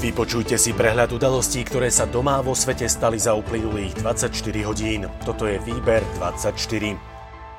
Vypočujte si prehľad udalostí, ktoré sa doma vo svete stali za uplynulých 24 hodín. Toto je Výber 24.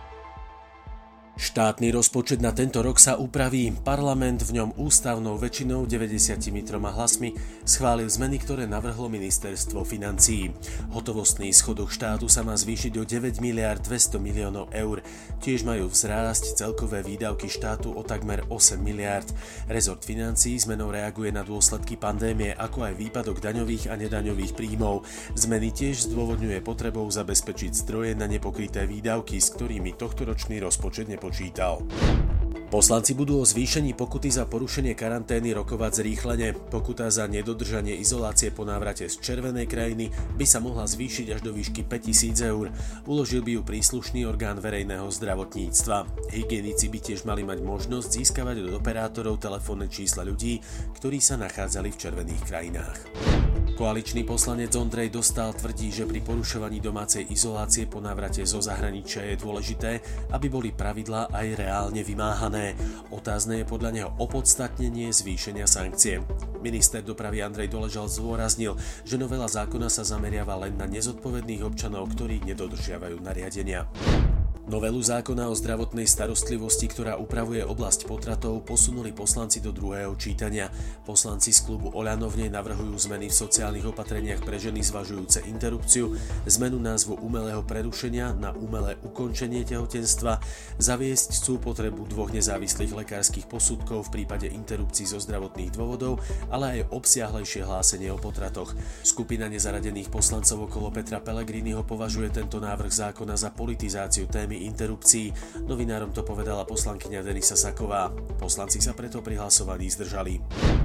Štátny rozpočet na tento rok sa upraví. Parlament v ňom ústavnou väčšinou 93 hlasmi schválil zmeny, ktoré navrhlo ministerstvo financií. Hotovostný schodok štátu sa má zvýšiť o 9 miliárd 200 miliónov eur. Tiež majú vzrásť celkové výdavky štátu o takmer 8 miliárd. Rezort financií zmenou reaguje na dôsledky pandémie, ako aj výpadok daňových a nedaňových príjmov. Zmeny tiež zdôvodňuje potrebou zabezpečiť zdroje na nepokryté výdavky, s ktorými tohtoročný rozpočet nepočítal. Poslanci budú o zvýšení pokuty za porušenie karantény rokovať zrýchlene. Pokuta za nedodržanie izolácie po návrate z červenej krajiny by sa mohla zvýšiť až do výšky 5 000 eur. Uložil by ju príslušný orgán verejného zdravotníctva. Hygienici by tiež mali mať možnosť získavať od operátorov telefónne čísla ľudí, ktorí sa nachádzali v červených krajinách. Koaličný poslanec Ondrej Dostál tvrdí, že pri porušovaní domácej izolácie po návrate zo zahraničia je dôležité, aby boli pravidlá aj reálne vymáhané. Otázne je podľa neho opodstatnenie zvýšenia sankcie. Minister dopravy Andrej Doležal zdôraznil, že novela zákona sa zameriava len na nezodpovedných občanov, ktorí nedodržiavajú nariadenia. Novelu zákona o zdravotnej starostlivosti, ktorá upravuje oblasť potratov, posunuli poslanci do druhého čítania. Poslanci z klubu Oľano v nej navrhujú zmeny v sociálnych opatreniach pre ženy zvažujúce interrupciu, zmenu názvu umelého prerušenia na umelé ukončenie tehotenstva, zaviesť chcú potrebu 2 nezávislých lekárskych posudkov v prípade interrupcií zo zdravotných dôvodov, ale aj obsiahlejšie hlásenie o potratoch. Skupina nezaradených poslancov okolo Petra Pellegriniho považuje tento návrh zákona za politizáciu témy interrupcií. Novinárom to povedala poslankyňa Denisa Saková. Poslanci sa preto pri hlasovaní zdržali.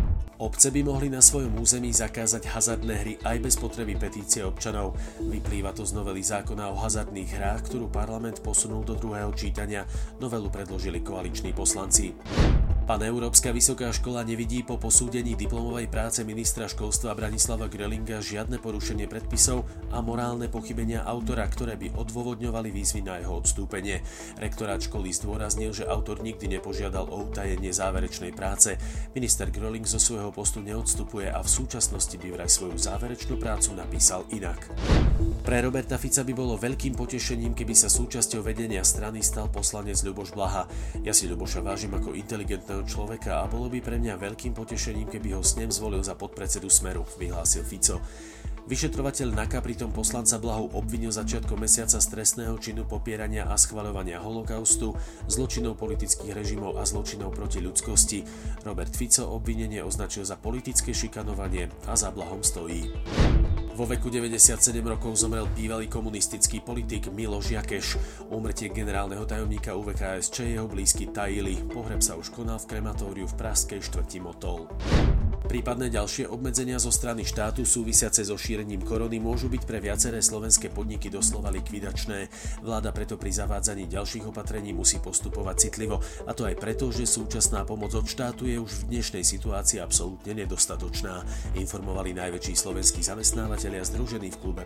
Obce by mohli na svojom území zakázať hazardné hry aj bez potreby petície občanov. Vyplýva to z novely zákona o hazardných hrách, ktorú parlament posunul do druhého čítania. Novelu predložili koaliční poslanci. Paneurópska vysoká škola nevidí po posúdení diplomovej práce ministra školstva Branislava Gröhlinga žiadne porušenie predpisov a morálne pochybenia autora, ktoré by odôvodňovali výzvy na jeho odstúpenie. Rektorát školy zdôraznil, že autor nikdy nepožiadal o utajenie záverečnej práce. Minister Gröhling zo svojho postu neodstupuje a v súčasnosti by vraj svoju záverečnú prácu napísal inak. Pre Roberta Fica by bolo veľkým potešením, keby sa súčasťou vedenia strany stal poslanec Ľuboš Blaha. Ja si Ľuboša vážim ako inteligentného človeka a bolo by pre mňa veľkým potešením, keby ho snem zvolil za podpredsedu Smeru, vyhlásil Fico. Vyšetrovateľ NAKA pritom poslanca Blahu obvinil začiatkom mesiaca z trestného činu popierania a schvaľovania holokaustu, zločinov politických režimov a zločinov proti ľudskosti. Robert Fico obvinenie označil za politické šikanovanie a za Blahom stojí. Vo veku 97 rokov zomrel bývalý komunistický politik Miloš Jakeš. Úmrtie generálneho tajomníka UVKSČ jeho blízky tajili. Pohreb sa už konal v krematóriu v pražskej štvrti Motol. Prípadné ďalšie obmedzenia zo strany štátu súvisiace so šírením korony môžu byť pre viaceré slovenské podniky doslova likvidačné. Vláda preto pri zavádzaní ďalších opatrení musí postupovať citlivo, a to aj preto, že súčasná pomoc od štátu je už v dnešnej situácii absolútne nedostatočná, informovali najväčší slovenskí zamestnávateľia združení v klube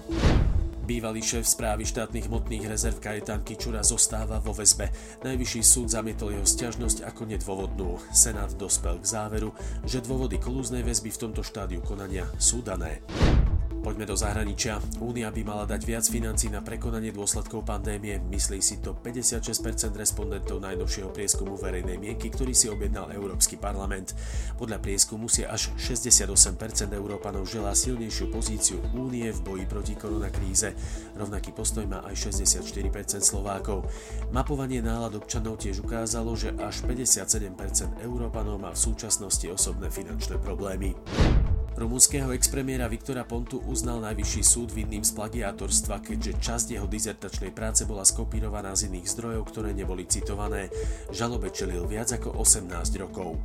500. Bývalý šéf správy štátnych hmotných rezerv Kajetán Kičura zostáva vo väzbe. Najvyšší súd zamietol jeho sťažnosť ako nedôvodnú. Senát dospel k záveru, že dôvody kolúznej väzby v tomto štádiu konania sú dané. Poďme do zahraničia. Únia by mala dať viac financií na prekonanie dôsledkov pandémie. Myslí si to 56% respondentov najnovšieho prieskumu verejnej mienky, ktorý si objednal Európsky parlament. Podľa prieskumu si až 68% Európanov želá silnejšiu pozíciu Únie v boji proti koronakríze. Rovnaký postoj má aj 64% Slovákov. Mapovanie nálad občanov tiež ukázalo, že až 57% Európanov má v súčasnosti osobné finančné problémy. Rumunského expremiéra Viktora Pontu uznal najvyšší súd vinným z plagiátorstva, keďže časť jeho dizertačnej práce bola skopírovaná z iných zdrojov, ktoré neboli citované. Žalobe čelil viac ako 18 rokov.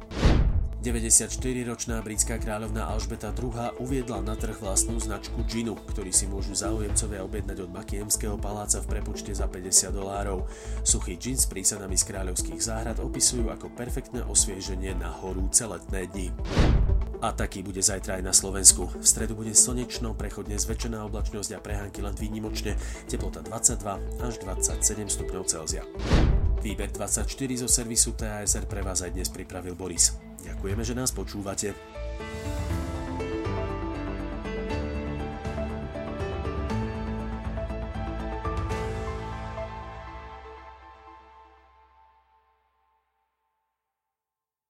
94-ročná britská kráľovná Alžbeta II uviedla na trh vlastnú značku džinu, ktorý si môžu záujemcovia objednať od Buckinghamského paláca v prepočte za $50. Suchý džin s prísadami z kráľovských záhrad opisujú ako perfektné osvieženie na horúce letné dni. A taký bude zajtra aj na Slovensku. V stredu bude slnečno, prechodne zväčšená oblačnosť a prehánky len výnimočne, teplota 22 až 27 stupňov Celzia. Výber 24 zo servisu TASR pre vás aj dnes pripravil Boris. Ďakujeme, že nás počúvate.